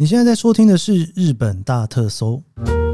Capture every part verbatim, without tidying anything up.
你现在在收听的是日本大特搜。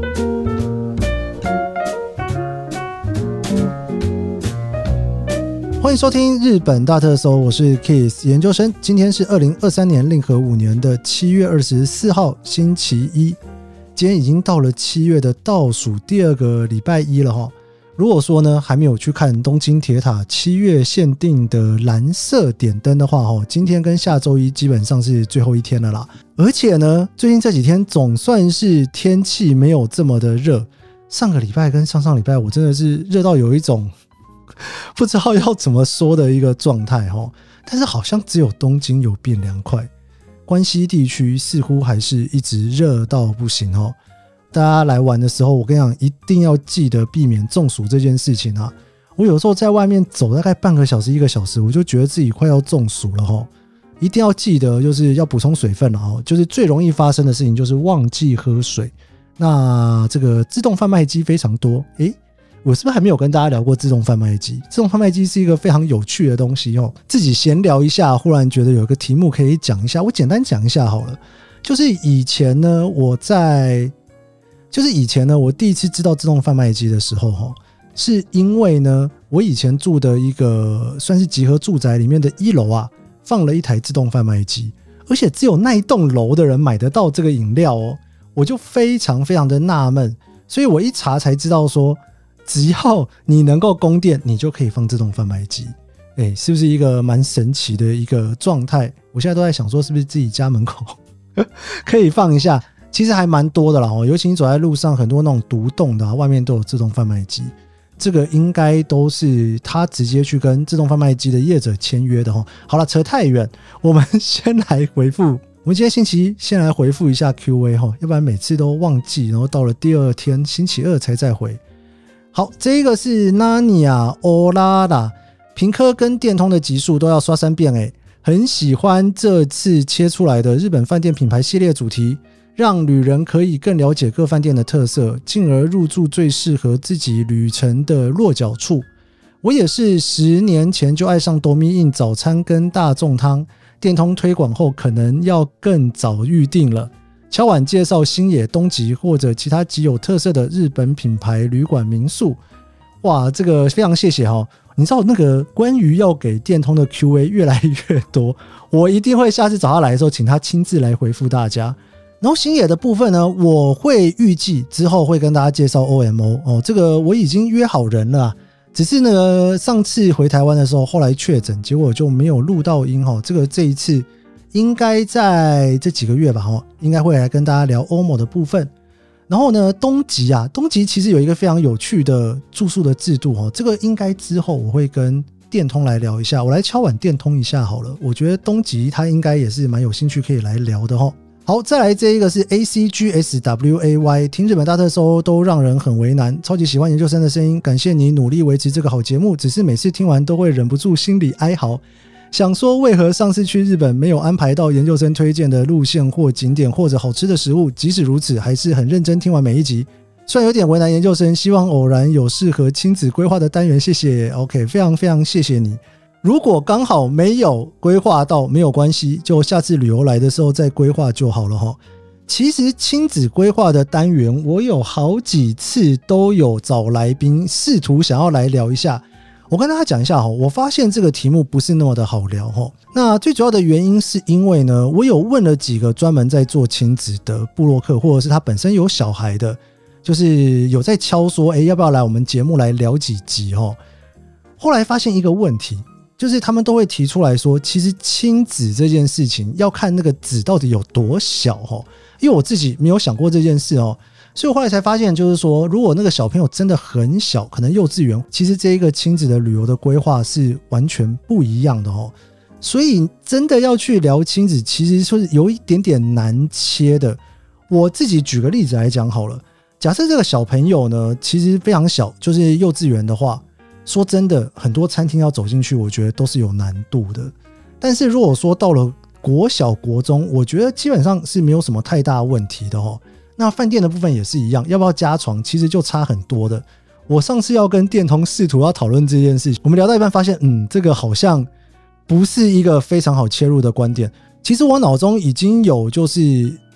欢迎收听日本大特搜，我是 Kiss 研究生。今天是二零二三年令和五年的七月二十四号星期一，今天已经到了七月的倒数第二个礼拜一了齁。如果说呢还没有去看东京铁塔七月限定的蓝色点灯的话，今天跟下周一基本上是最后一天了啦。而且呢最近这几天总算是天气没有这么的热，上个礼拜跟上上礼拜我真的是热到有一种不知道要怎么说的一个状态，但是好像只有东京有变凉快，关西地区似乎还是一直热到不行哦。大家来玩的时候，我跟你讲，一定要记得避免中暑这件事情啊！我有时候在外面走大概半个小时一个小时，我就觉得自己快要中暑了齁。一定要记得就是要补充水分了齁，就是最容易发生的事情就是忘记喝水。那这个自动贩卖机非常多，诶我是不是还没有跟大家聊过自动贩卖机？自动贩卖机是一个非常有趣的东西哦。自己闲聊一下，忽然觉得有一个题目可以讲一下，我简单讲一下好了。就是以前呢，我在就是以前呢，我第一次知道自动贩卖机的时候，哦，是因为呢，我以前住的一个算是集合住宅里面的一楼啊，放了一台自动贩卖机，而且只有那一栋楼的人买得到这个饮料哦，我就非常非常的纳闷，所以我一查才知道说，只要你能够供电，你就可以放自动贩卖机。哎，是不是一个蛮神奇的一个状态？我现在都在想说，是不是自己家门口可以放一下？其实还蛮多的啦，尤其你走在路上，很多那种独栋的，啊，外面都有自动贩卖机。这个应该都是他直接去跟自动贩卖机的业者签约的。好了，扯太远，我们先来回复。我们今天星期一先来回复一下 Q A， 要不然每次都忘记，然后到了第二天星期二才再回。好，这个是 Nania Olada， 屏科跟电通的集数都要刷三遍诶，很喜欢这次切出来的日本饭店品牌系列主题，让旅人可以更了解各饭店的特色，进而入住最适合自己旅程的落脚处。我也是十年前就爱上 Domi-in 早餐跟大众汤，电通推广后可能要更早预定了。敲碗介绍星野、东极或者其他极有特色的日本品牌旅馆民宿。哇，这个非常谢谢齁。你知道那个关于要给电通的 Q A 越来越多，我一定会下次找他来的时候请他亲自来回复大家。然后星野的部分呢，我会预计之后会跟大家介绍 O M O 哦，这个我已经约好人了，啊，只是呢上次回台湾的时候后来确诊，结果就没有录到音哦。这个这一次应该在这几个月吧，哦，应该会来跟大家聊 O M O 的部分。然后呢，东极啊，东极其实有一个非常有趣的住宿的制度哦，这个应该之后我会跟电通来聊一下，我来敲碗电通一下好了。我觉得东极他应该也是蛮有兴趣可以来聊的哦。好，再来这一个是 A C G S W A Y， 听日本大特搜都让人很为难，超级喜欢研究生的声音，感谢你努力维持这个好节目，只是每次听完都会忍不住心里哀嚎，想说为何上次去日本没有安排到研究生推荐的路线或景点或者好吃的食物，即使如此还是很认真听完每一集，虽然有点为难研究生，希望偶然有适合亲子规划的单元，谢谢。 OK， 非常非常谢谢你。如果刚好没有规划到没有关系，就下次旅游来的时候再规划就好了齁。其实亲子规划的单元我有好几次都有找来宾试图想要来聊一下，我跟大家讲一下齁，我发现这个题目不是那么的好聊齁。那最主要的原因是因为呢，我有问了几个专门在做亲子的部落客，或者是他本身有小孩的，就是有在敲说诶要不要来我们节目来聊几集齁。后来发现一个问题，就是他们都会提出来说，其实亲子这件事情要看那个子到底有多小齁，因为我自己没有想过这件事哦，所以我后来才发现，就是说如果那个小朋友真的很小，可能幼稚园，其实这一个亲子的旅游的规划是完全不一样的哦。所以真的要去聊亲子，其实是有一点点难切的。我自己举个例子来讲好了，假设这个小朋友呢其实非常小，就是幼稚园的话，说真的，很多餐厅要走进去，我觉得都是有难度的。但是如果说到了国小国中，我觉得基本上是没有什么太大问题的哦。那饭店的部分也是一样，要不要加床其实就差很多的。我上次要跟电通试图要讨论这件事情，我们聊到一半发现，嗯，这个好像不是一个非常好切入的观点。其实我脑中已经有就是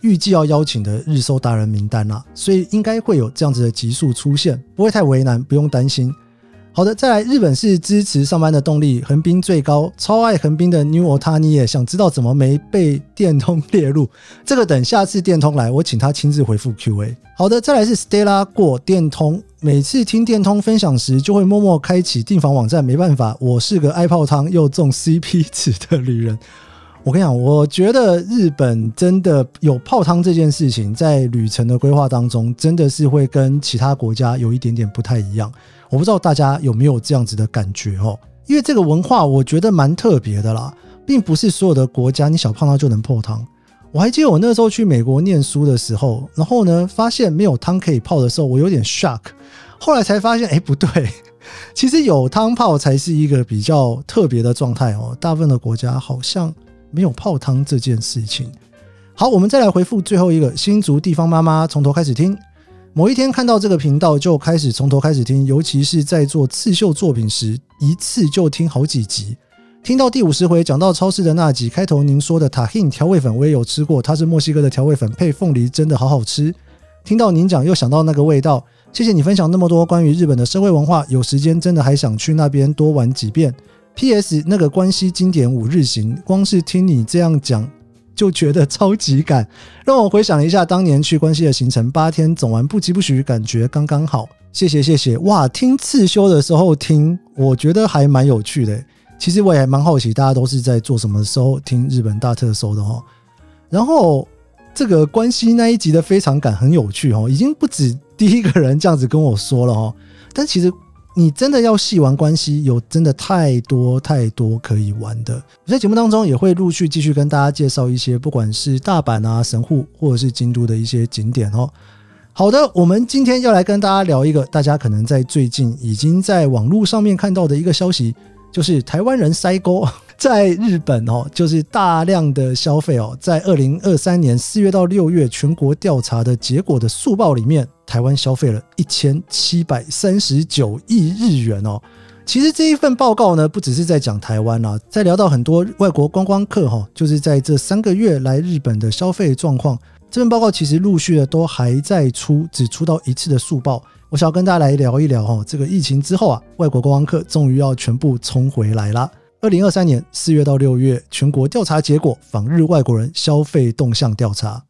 预计要邀请的日搜达人名单啦，所以应该会有这样子的集数出现，不会太为难，不用担心。好的，再来，日本是支持上班的动力，横滨最高，超爱横滨的 New Otani 也想知道怎么没被电通列入，这个等下次电通来我请他亲自回复 Q A。 好的，再来是 Stella 过电通，每次听电通分享时就会默默开启订房网站，没办法，我是个爱泡汤又重 C P 值的旅人。我跟你讲，我觉得日本真的有泡汤这件事情，在旅程的规划当中真的是会跟其他国家有一点点不太一样。我不知道大家有没有这样子的感觉哦？因为这个文化我觉得蛮特别的啦，并不是所有的国家你小泡汤就能泡汤。我还记得我那时候去美国念书的时候，然后呢发现没有汤可以泡的时候，我有点 shock。后来才发现，哎，不对，其实有汤泡才是一个比较特别的状态哦。大部分的国家好像没有泡汤这件事情。好，我们再来回复最后一个新竹地方妈妈，从头开始听。某一天看到这个频道就开始从头开始听，尤其是在做刺绣作品时，一次就听好几集。听到第五十回讲到超市的那集，开头您说的塔 hin 调味粉我也有吃过，它是墨西哥的调味粉，配凤梨真的好好吃。听到您讲又想到那个味道，谢谢你分享那么多关于日本的社会文化，有时间真的还想去那边多玩几遍。P S 那个关西经典五日行，光是听你这样讲就觉得超级赶，让我回想一下当年去关西的行程，八天总完不疾不徐，感觉刚刚好。谢谢谢谢，哇，听刺绣的时候听，我觉得还蛮有趣的。其实我也还蛮好奇，大家都是在做什么时候听日本大特搜的哦。然后这个关西那一集的非常感很有趣哦，已经不止第一个人这样子跟我说了哦。但其实你真的要细玩关西，有真的太多太多可以玩的。我在节目当中也会陆续继续跟大家介绍一些不管是大阪啊、神户或者是京都的一些景点哦。好的，我们今天要来跟大家聊一个大家可能在最近已经在网络上面看到的一个消息，就是台湾人塞钩在日本哦，就是大量的消费哦，在二零二三年四月到六月全国调查的结果的速报里面，台湾消费了一千七百三十九亿日元哦。其实这一份报告呢，不只是在讲台湾啊，在聊到很多外国观光客哈、哦，就是在这三个月来日本的消费状况。这份报告其实陆续的都还在出，只出到一次的速报。我想要跟大家来聊一聊哦，这个疫情之后啊，外国观光客终于要全部冲回来啦。二零二三年四月到六月全国调查结果，访日外国人消费动向调查。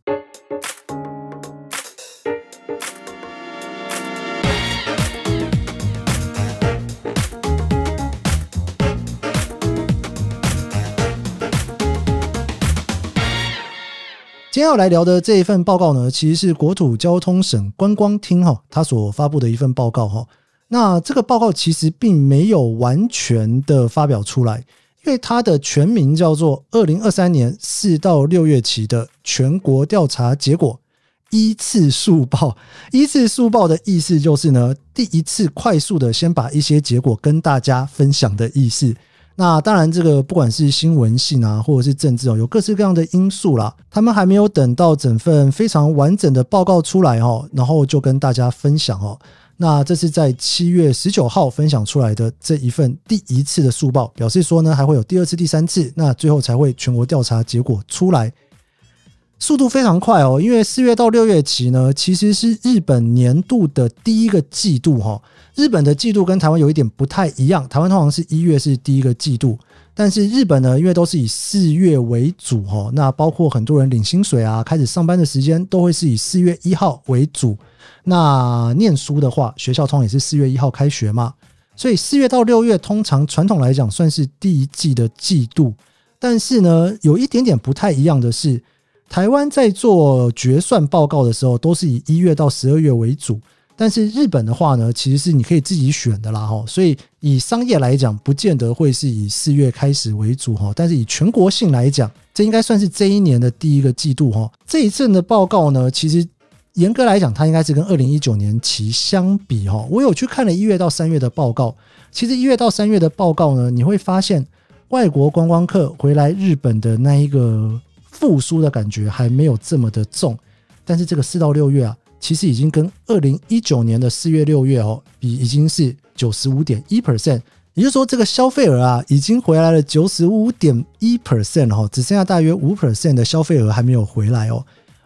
今天要来聊的这一份报告呢，其实是国土交通省观光厅哈，它所发布的一份报告哈。那这个报告其实并没有完全的发表出来，因为它的全名叫做二零二三年四到六月期的全国调查结果依次速报。依次速报的意思就是呢，第一次快速的先把一些结果跟大家分享的意思。那当然这个不管是新闻性啊或者是政治哦，有各式各样的因素啦，他们还没有等到整份非常完整的报告出来哦，然后就跟大家分享哦。那这是在七月十九号分享出来的这一份第一次的速报，表示说呢还会有第二次第三次，那最后才会全国调查结果出来。速度非常快哦，因为四月到六月期呢，其实是日本年度的第一个季度哈、哦。日本的季度跟台湾有一点不太一样，台湾通常是一月是第一个季度，但是日本呢，因为都是以四月为主哈、哦，那包括很多人领薪水啊，开始上班的时间都会是以四月一号为主。那念书的话，学校通常也是四月一号开学嘛，所以四月到六月通常传统来讲算是第一季的季度。但是呢，有一点点不太一样的是，台湾在做决算报告的时候都是以一月到十二月为主，但是日本的话呢，其实是你可以自己选的啦，所以以商业来讲不见得会是以四月开始为主，但是以全国性来讲，这应该算是这一年的第一个季度。这一次的报告呢，其实严格来讲它应该是跟二零一九年期相比，我有去看了一月到三月的报告，其实一月到三月的报告呢，你会发现外国观光客回来日本的那一个复苏的感觉还没有这么的重，但是这个四到六月啊，其实已经跟二零一九年的四月六月哦比，已经是 百分之九十五点一， 也就是说这个消费额啊已经回来了 百分之九十五点一 哦，只剩下大约 百分之五 的消费额还没有回来哦。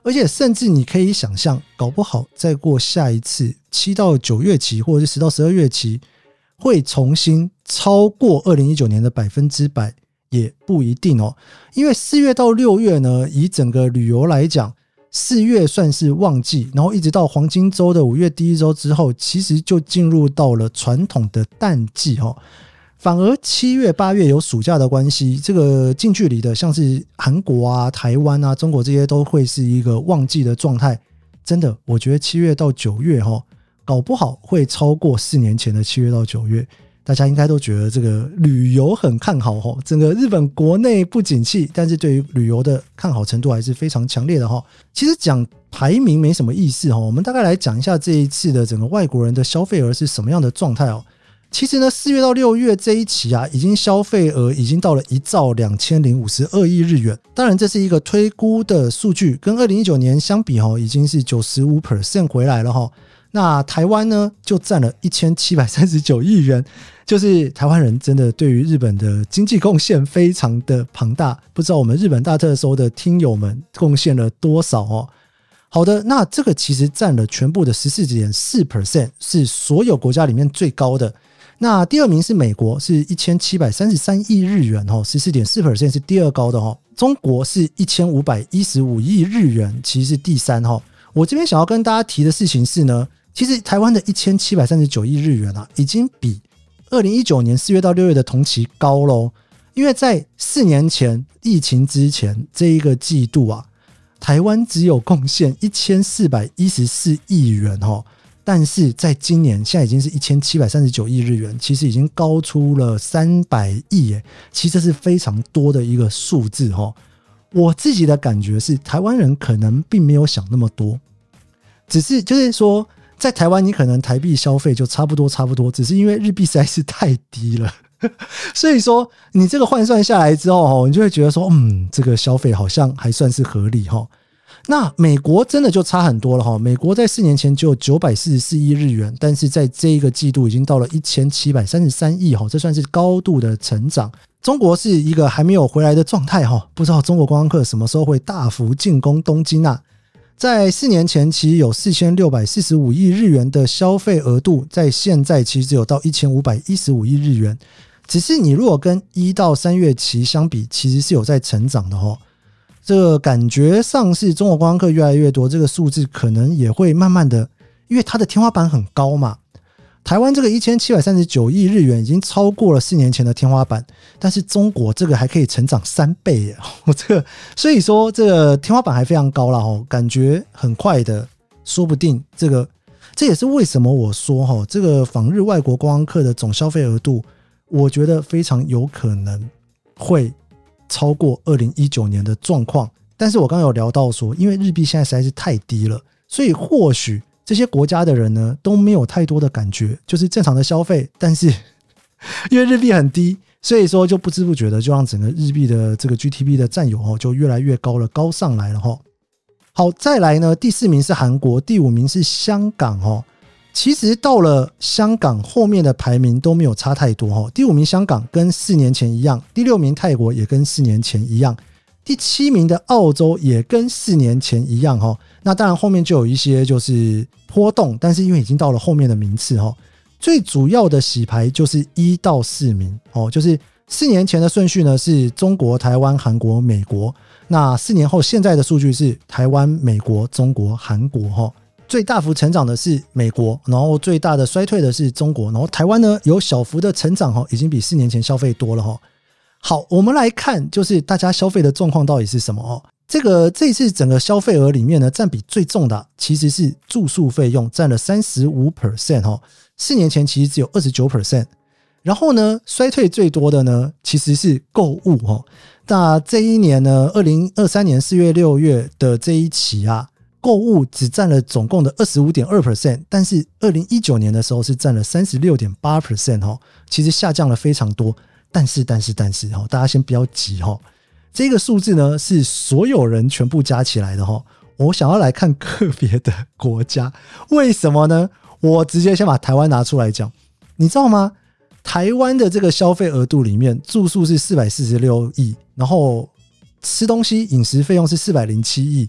而且甚至你可以想象，搞不好再过下一次七到九月期或者是十到十二月期会重新超过二零一九年的百分之百也不一定哦。因为四月到六月呢，以整个旅游来讲，四月算是旺季，然后一直到黄金周的五月第一周之后，其实就进入到了传统的淡季哦。反而七月八月有暑假的关系，这个近距离的像是韩国啊、台湾啊、中国这些都会是一个旺季的状态。真的，我觉得七月到九月齁，搞不好会超过四年前的七月到九月。大家应该都觉得这个旅游很看好齁，整个日本国内不景气，但是对于旅游的看好程度还是非常强烈的齁。其实讲排名没什么意思齁，我们大概来讲一下这一次的整个外国人的消费额是什么样的状态哦。其实呢，四月到六月这一期啊，已经消费额已经到了一兆两千零五十二亿日元。当然，这是一个推估的数据，跟二零一九年相比哈，已经是 百分之九十五 回来了哈。那台湾呢，就占了一千七百三十九亿元，就是台湾人真的对于日本的经济贡献非常的庞大。不知道我们日本大特搜的听友们贡献了多少哦？好的，那这个其实占了全部的 百分之十四点四， 是所有国家里面最高的。那第二名是美国，是一千七百三十三亿日元 百分之十四点四 是第二高的。中国是一千五百一十五亿日元，其实是第三。我这边想要跟大家提的事情是呢，其实台湾的一千七百三十九亿日元啊，已经比二零一九年四月到六月的同期高咯。因为在四年前疫情之前这一个季度啊，台湾只有贡献一千四百一十四亿元齁。但是在今年现在已经是一千七百三十九亿日元，其实已经高出了三百亿耶，其实这是非常多的一个数字齁。我自己的感觉是台湾人可能并没有想那么多，只是就是说在台湾你可能台币消费就差不多差不多，只是因为日币实在是太低了所以说你这个换算下来之后，你就会觉得说嗯，这个消费好像还算是合理齁。那美国真的就差很多了齁，美国在四年前只有九百四十四亿日元，但是在这一个季度已经到了一千七百三十三亿齁，这算是高度的成长。中国是一个还没有回来的状态齁，不知道中国观光客什么时候会大幅进攻东京啊。在四年前其实有四千六百四十五亿日元的消费额度，在现在其实只有到一千五百一十五亿日元，只是你如果跟一到三月期相比，其实是有在成长的齁。这个感觉上是中国观光客越来越多，这个数字可能也会慢慢的，因为它的天花板很高嘛。台湾这个一千七百三十九亿日元已经超过了四年前的天花板，但是中国这个还可以成长三倍耶，这个所以说这个天花板还非常高啦，感觉很快的，说不定这个这也是为什么我说这个访日外国观光客的总消费额度，我觉得非常有可能会超过二零一九年的状况。但是我刚刚有聊到说，因为日币现在实在是太低了，所以或许这些国家的人呢都没有太多的感觉，就是正常的消费，但是因为日币很低，所以说就不知不觉的就让整个日币的这个 G D P 的占有就越来越高了，高上来了。好，再来呢，第四名是韩国，第五名是香港。其实到了香港后面的排名都没有差太多，第五名香港跟四年前一样，第六名泰国也跟四年前一样，第七名的澳洲也跟四年前一样。那当然后面就有一些就是波动，但是因为已经到了后面的名次，最主要的洗牌就是一到四名，就是四年前的顺序呢是中国、台湾、韩国、美国，那四年后现在的数据是台湾、美国、中国、韩国。最大幅成长的是美国，然后最大的衰退的是中国，然后台湾呢有小幅的成长，已经比四年前消费多了。好，我们来看就是大家消费的状况到底是什么。这个这一次整个消费额里面呢，占比最重的其实是住宿费用，占了 百分之三十五， 四年前其实只有 百分之二十九。 然后呢衰退最多的呢其实是购物。那这一年呢二零二三年四月六月的这一期啊，购物只占了总共的 百分之二十五点二， 但是二零一九年的时候是占了 百分之三十六点八， 其实下降了非常多。但是但是但是大家先不要急，这个数字呢是所有人全部加起来的。我想要来看个别的国家，为什么呢？我直接先把台湾拿出来讲，你知道吗？台湾的这个消费额度里面，住宿是四百四十六亿，然后吃东西饮食费用是四百零七亿，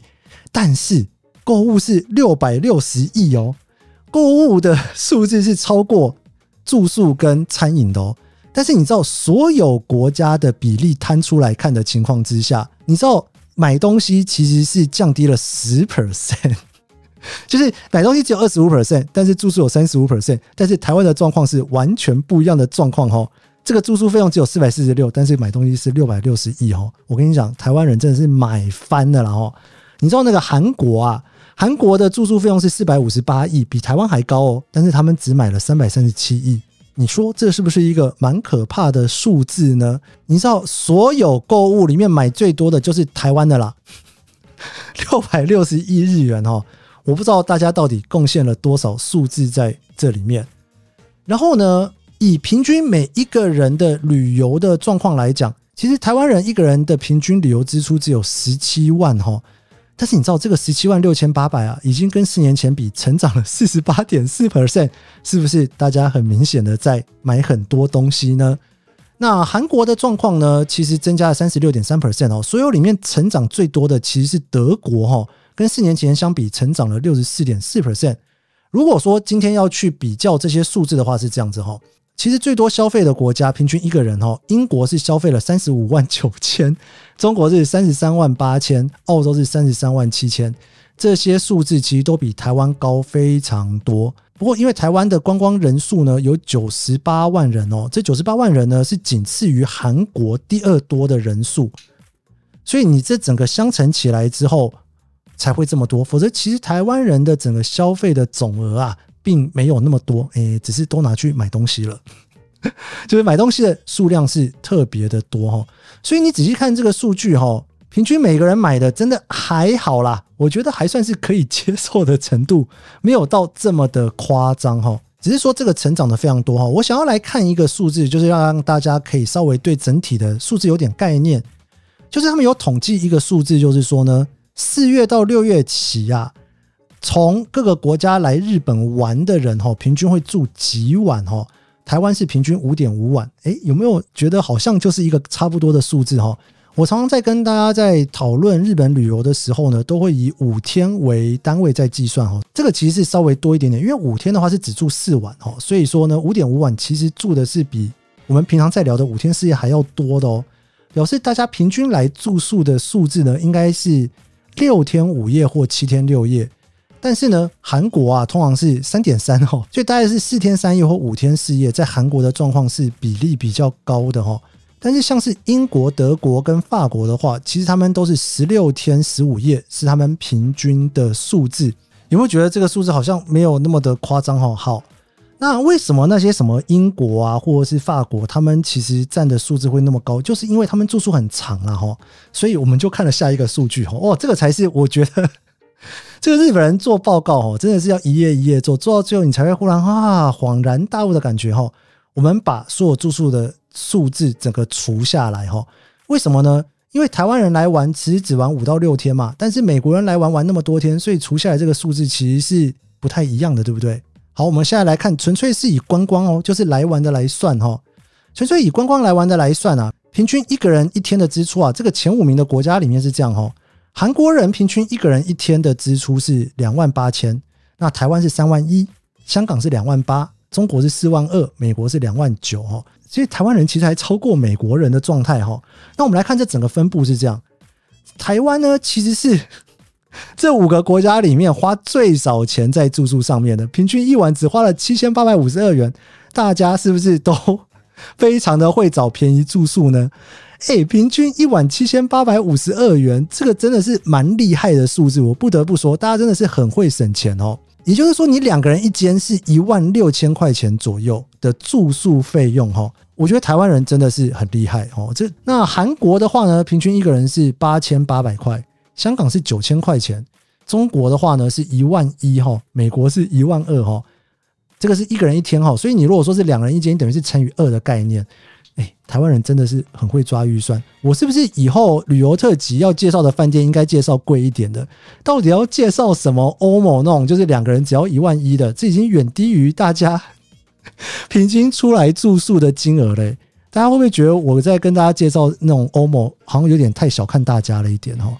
但是购物是六百六十亿哦，购物的数字是超过住宿跟餐饮的哦。但是你知道所有国家的比例摊出来看的情况之下，你知道买东西其实是降低了 百分之十， 就是买东西只有 百分之二十五， 但是住宿有 百分之三十五， 但是台湾的状况是完全不一样的状况哦。这个住宿费用只有四百四十六，但是买东西是六百六十亿哦。我跟你讲，台湾人真的是买翻了啦哦。你知道那个韩国啊，韩国的住宿费用是四百五十八亿，比台湾还高哦，但是他们只买了三百三十七亿。你说这是不是一个蛮可怕的数字呢？你知道所有购物里面买最多的就是台湾的啦，六百六十亿日元哦。我不知道大家到底贡献了多少数字在这里面。然后呢，以平均每一个人的旅游的状况来讲，其实台湾人一个人的平均旅游支出只有十七万哦。但是你知道这个十七万六千八百啊，已经跟四年前比成长了 百分之四十八点四， 是不是大家很明显的在买很多东西呢？那韩国的状况呢，其实增加了 百分之三十六点三 哦，所有里面成长最多的其实是德国哦，跟四年前相比成长了 百分之六十四点四。 如果说今天要去比较这些数字的话是这样子哦，其实最多消费的国家平均一个人哦，英国是消费了三十五万九千，中国是三十三万八千，澳洲是三十三万七千，这些数字其实都比台湾高非常多。不过因为台湾的观光人数呢有九十八万人哦，这九十八万人呢是仅次于韩国第二多的人数，所以你这整个相乘起来之后才会这么多，否则其实台湾人的整个消费的总额啊并没有那么多，诶，只是都拿去买东西了就是买东西的数量是特别的多哦。所以你仔细看这个数据哦，平均每个人买的真的还好啦，我觉得还算是可以接受的程度，没有到这么的夸张哦。只是说这个成长的非常多哦。我想要来看一个数字，就是要让大家可以稍微对整体的数字有点概念，就是他们有统计一个数字，就是说呢，四月到六月起啊，从各个国家来日本玩的人哦，平均会住几晚哦？台湾是平均 五点五晚，诶，有没有觉得好像就是一个差不多的数字哦？我常常在跟大家在讨论日本旅游的时候呢，都会以五天为单位在计算哦。这个其实是稍微多一点点，因为五天的话是只住四晚哦，所以说呢 五点五晚其实住的是比我们平常在聊的五天四夜还要多的哦。表示大家平均来住宿的数字呢，应该是六天五夜或七天六夜。但是呢，韩国啊通常是 三点三 哦，所以大概是四天三夜或五天四夜，在韩国的状况是比例比较高的哦。但是像是英国、德国跟法国的话，其实他们都是十六天十五夜是他们平均的数字。有没有觉得这个数字好像没有那么的夸张哦？好，那为什么那些什么英国啊或者是法国他们其实占的数字会那么高？就是因为他们住宿很长啦齁，所以我们就看了下一个数据齁，哦，这个才是我觉得这个日本人做报告齁，真的是要一页一页做，做到最后你才会忽然啊恍然大悟的感觉齁。我们把所有住宿的数字整个除下来齁，为什么呢？因为台湾人来玩其实只玩五到六天嘛，但是美国人来玩玩那么多天，所以除下来这个数字其实是不太一样的，对不对？好，我们现在来看，纯粹是以观光哦，就是来玩的来算哦。纯粹以观光来玩的来算啊，平均一个人一天的支出啊，这个前五名的国家里面是这样哦。韩国人平均一个人一天的支出是两万八千，那台湾是三万一，香港是两万八，中国是四万二，美国是两万九哦。所以台湾人其实还超过美国人的状态哦。那我们来看这整个分布是这样，台湾呢其实是这五个国家里面花最少钱在住宿上面的，平均一晚只花了七千八百五十二元，大家是不是都非常的会找便宜住宿呢？欸，平均一晚七千八百五十二元，这个真的是蛮厉害的数字，我不得不说大家真的是很会省钱哦。也就是说你两个人一间是一万六千块钱左右的住宿费用哦，我觉得台湾人真的是很厉害哦。这那韩国的话呢，平均一个人是八千八百块，香港是九千块钱，中国的话呢是一万一，美国是一万二，这个是一个人一天，所以你如果说是两个人一间，等于是乘以二的概念。欸，台湾人真的是很会抓预算，我是不是以后旅游特辑要介绍的饭店应该介绍贵一点的？到底要介绍什么欧盟那种就是两个人只要一万一的，这已经远低于大家平均出来住宿的金额嘞。大家会不会觉得我在跟大家介绍那种欧盟好像有点太小看大家了一点齁？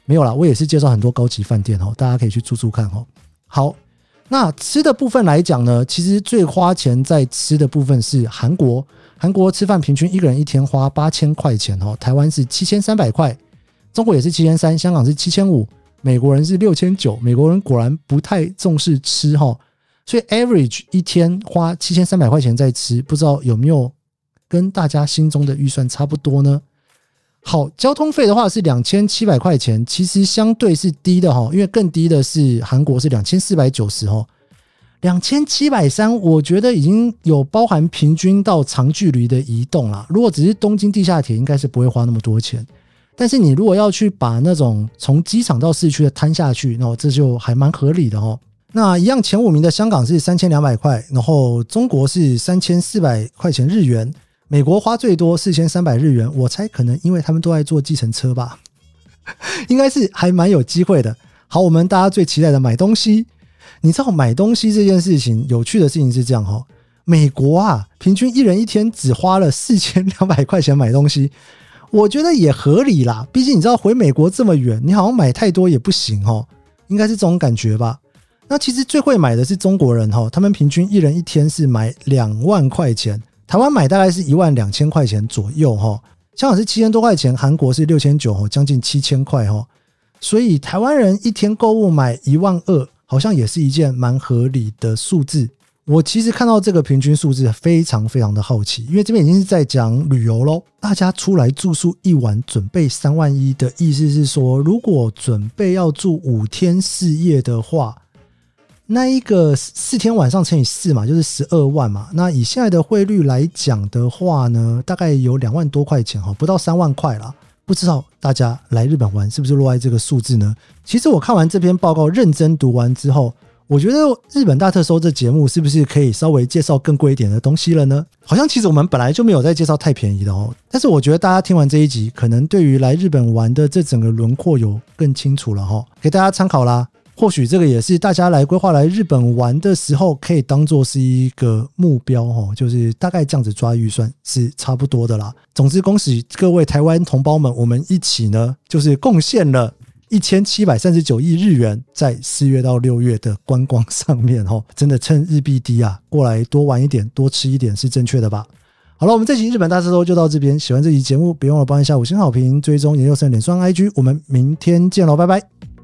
没有啦，我也是介绍很多高级饭店哦，大家可以去住住看哦。好，那吃的部分来讲呢，其实最花钱在吃的部分是韩国。韩国吃饭平均一个人一天花八千块钱哦，台湾是七千三百块，中国也是七千三，香港是七千五，美国人是六千九，美国人果然不太重视吃哦，所以 average 一天花七千三百块钱在吃，不知道有没有跟大家心中的预算差不多呢？好，交通费的话是两千七百块钱，其实相对是低的哦，因为更低的是韩国是两千四百九十哦。两千七百三十，我觉得已经有包含平均到长距离的移动啦。如果只是东京地下铁，应该是不会花那么多钱。但是你如果要去把那种从机场到市区的摊下去，那这就还蛮合理的哦。那一样前五名的香港是三千两百块，然后中国是三千四百块钱日元，美国花最多四千三百日元，我猜可能因为他们都在坐计程车吧，应该是还蛮有机会的。好，我们大家最期待的买东西。你知道买东西这件事情有趣的事情是这样哦，美国啊平均一人一天只花了四千两百块钱买东西，我觉得也合理啦，毕竟你知道回美国这么远，你好像买太多也不行哦，应该是这种感觉吧。那其实最会买的是中国人哦，他们平均一人一天是买两万块钱，台湾买大概是一万两千块钱左右哦，香港是七千多块钱，韩国是六千九哦，将近七千块哦，所以台湾人一天购物买一万二。好像也是一件蛮合理的数字。我其实看到这个平均数字非常非常的好奇，因为这边已经是在讲旅游咯，大家出来住宿一晚准备三万一的意思是说，如果准备要住五天四夜的话，那一个四天晚上乘以四嘛，就是十二万嘛。那以现在的汇率来讲的话呢，大概有两万多块钱，不到三万块啦。不知道大家来日本玩是不是落在这个数字呢？其实我看完这篇报告认真读完之后，我觉得日本大特搜这节目是不是可以稍微介绍更贵一点的东西了呢？好像其实我们本来就没有在介绍太便宜的哦，但是我觉得大家听完这一集，可能对于来日本玩的这整个轮廓有更清楚了哦，给大家参考啦。或许这个也是大家来规划来日本玩的时候可以当作是一个目标哦，就是大概这样子抓预算是差不多的啦。总之恭喜各位台湾同胞们，我们一起呢就是贡献了一千七百三十九亿日元在四月到六月的观光上面哦，真的趁日币低啊，过来多玩一点多吃一点是正确的吧。好了，我们这期日本大特搜就到这边，喜欢这期节目别忘了帮一下五星好评，追踪研究生脸书 I G， 我们明天见咯，拜拜。